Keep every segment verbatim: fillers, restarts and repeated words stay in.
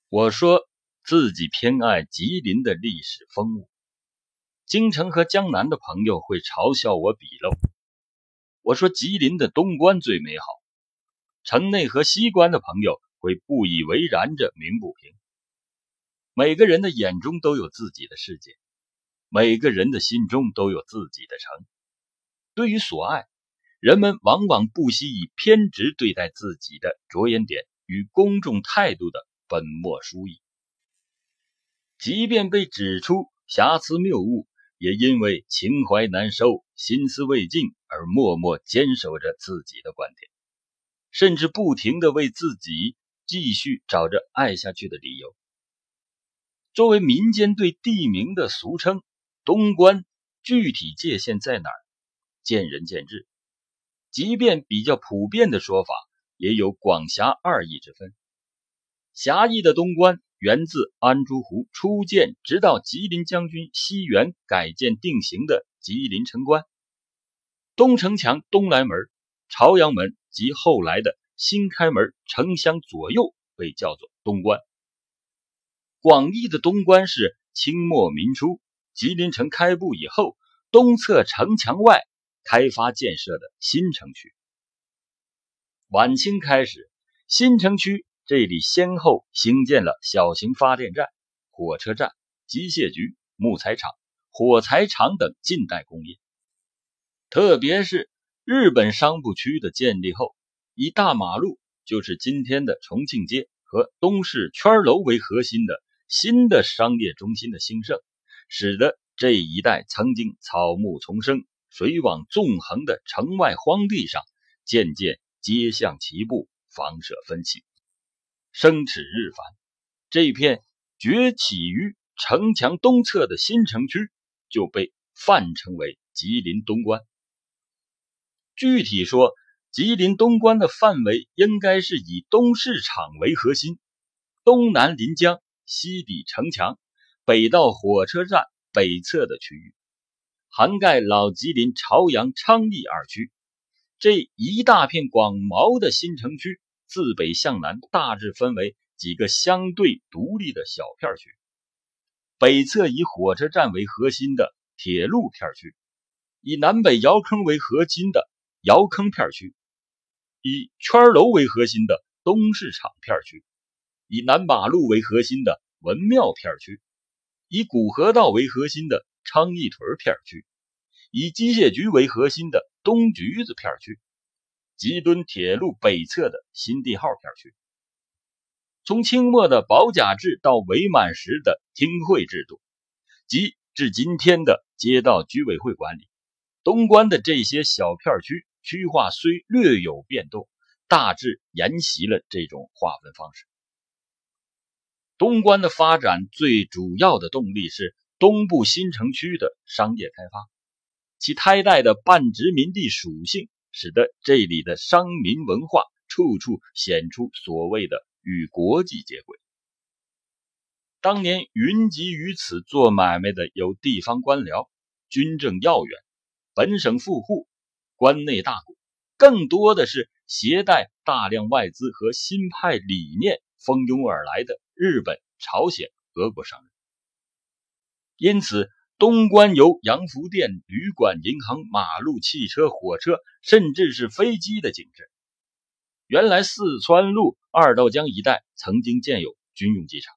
我说自己偏爱吉林的历史风物，京城和江南的朋友会嘲笑我鄙陋。我说吉林的东关最美好，城内和西关的朋友会不以为然着鸣不平。每个人的眼中都有自己的世界，每个人的心中都有自己的城。对于所爱，人们往往不惜以偏执对待自己的着眼点与公众态度的本末疏意。即便被指出瑕疵谬误，也因为情怀难收，心思未尽而默默坚守着自己的观点，甚至不停地为自己继续找着爱下去的理由。作为民间对地名的俗称，东关具体界限在哪儿，见仁见智。即便比较普遍的说法，也有广狭二义之分。狭义的东关源自安珠湖初建直到吉林将军西元改建定型的吉林城关，东城墙东来门、朝阳门及后来的新开门城乡左右被叫做东关。广义的东关是清末民初吉林城开埠以后，东侧城墙外开发建设的新城区。晚清开始，新城区这里先后兴建了小型发电站、火车站、机械局、木材厂、火柴厂等近代工业。特别是日本商埠区的建立后，以大马路，就是今天的重庆街和东市圈楼为核心的新的商业中心的兴盛，使得这一带曾经草木丛生、水网纵横的城外荒地上渐渐街巷齐步，房舍分起，生齿日繁。这片崛起于城墙东侧的新城区就被泛称为吉林东关。具体说，吉林东关的范围应该是以东市场为核心，东南临江，西抵城墙，北到火车站北侧的区域，涵盖老吉林朝阳昌邑二区。这一大片广袤的新城区自北向南大致分为几个相对独立的小片区。北侧以火车站为核心的铁路片区，以南北窑坑为核心的窑坑片区，以圈楼为核心的东市场片区，以南马路为核心的文庙片区，以古河道为核心的昌邑屯片区，以机械局为核心的东橘子片区，吉敦铁路北侧的新地号片区。从清末的保甲制到伪满时的厅会制度，及至今天的街道居委会管理，东关的这些小片区区划虽略有变动，大致沿袭了这种划分方式。东关的发展最主要的动力是东部新城区的商业开发，其胎带的半殖民地属性，使得这里的商民文化处处显出所谓的与国际接轨。当年云集于此做买卖的有地方官僚、军政要员、本省富户、关内大贾，更多的是携带大量外资和新派理念蜂拥而来的日本、朝鲜、俄国商人。因此东关由洋服店、旅馆、银行、马路、汽车、火车，甚至是飞机的景致。原来四川路二道江一带曾经建有军用机场。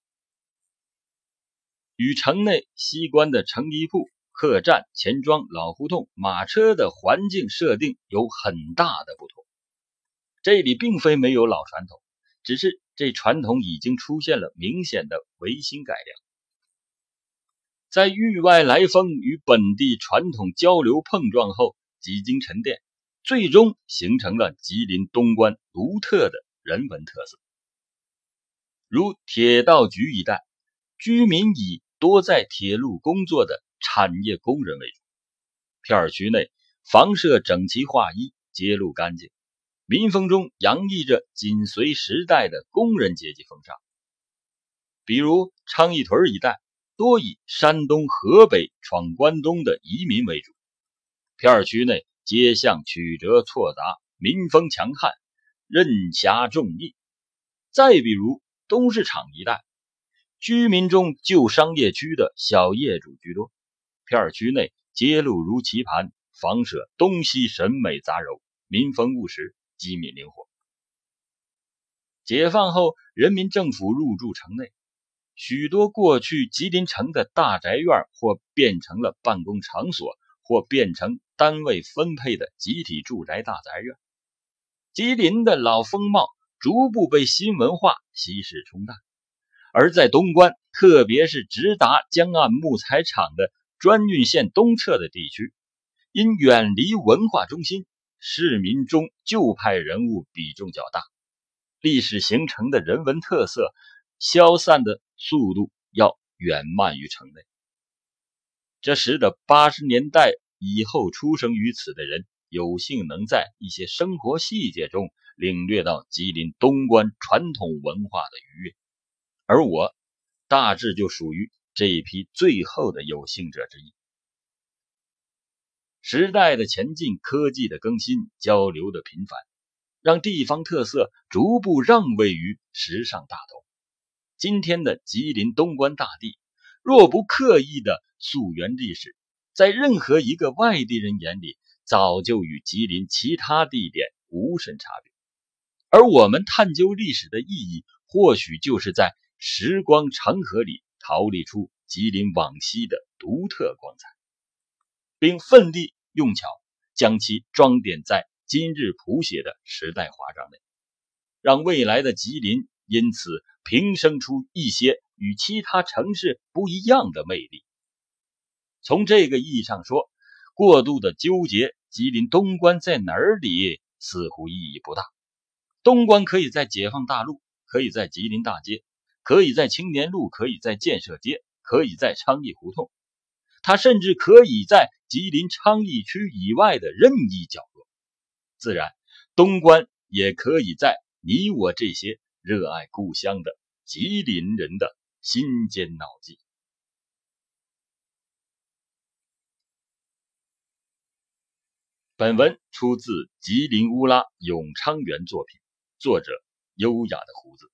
与城内西关的成衣铺、客栈、钱庄、老胡同、马车的环境设定有很大的不同。这里并非没有老传统，只是这传统已经出现了明显的维新改良。在域外来风与本地传统交流碰撞后，几经沉淀，最终形成了吉林东关独特的人文特色。如铁道局一带，居民以多在铁路工作的产业工人为主，片区内房舍整齐划一，街路干净，民风中洋溢着紧随时代的工人阶级风尚。比如昌邑屯一带，多以山东、河北闯关东的移民为主，片区内街巷曲折错杂，民风强悍，任侠重义。再比如东市场一带， 居民中旧商业区的小业主居多，片区内街路如棋盘，房舍东西审美杂糅，民风务实，机敏灵活。解放后，人民政府入驻城内，许多过去吉林城的大宅院或变成了办公场所，或变成单位分配的集体住宅大宅院。吉林的老风貌逐步被新文化稀释冲淡，而在东关，特别是直达江岸木材厂的专运线东侧的地区，因远离文化中心，市民中旧派人物比重较大，历史形成的人文特色消散的速度要远慢于城内。这使得八十年代以后出生于此的人有幸能在一些生活细节中领略到吉林东关传统文化的愉悦，而我大致就属于这一批最后的有幸者之一。时代的前进，科技的更新，交流的频繁，让地方特色逐步让位于时尚大头。今天的吉林东关大地，若不刻意的溯源历史，在任何一个外地人眼里，早就与吉林其他地点无甚差别。而我们探究历史的意义，或许就是在时光长河里陶立出吉林往昔的独特光彩，并奋力用巧将其装点在今日谱写的时代华章内，让未来的吉林因此平生出一些与其他城市不一样的魅力。从这个意义上说，过度的纠结吉林东关在哪里似乎意义不大。东关可以在解放大路，可以在吉林大街，可以在青年路，可以在建设街，可以在昌邑胡同，它甚至可以在吉林昌邑区以外的任意角落。自然，东关也可以在你我这些热爱故乡的吉林人的心间脑际。本文出自吉林乌拉永昌园作品，作者优雅的胡子。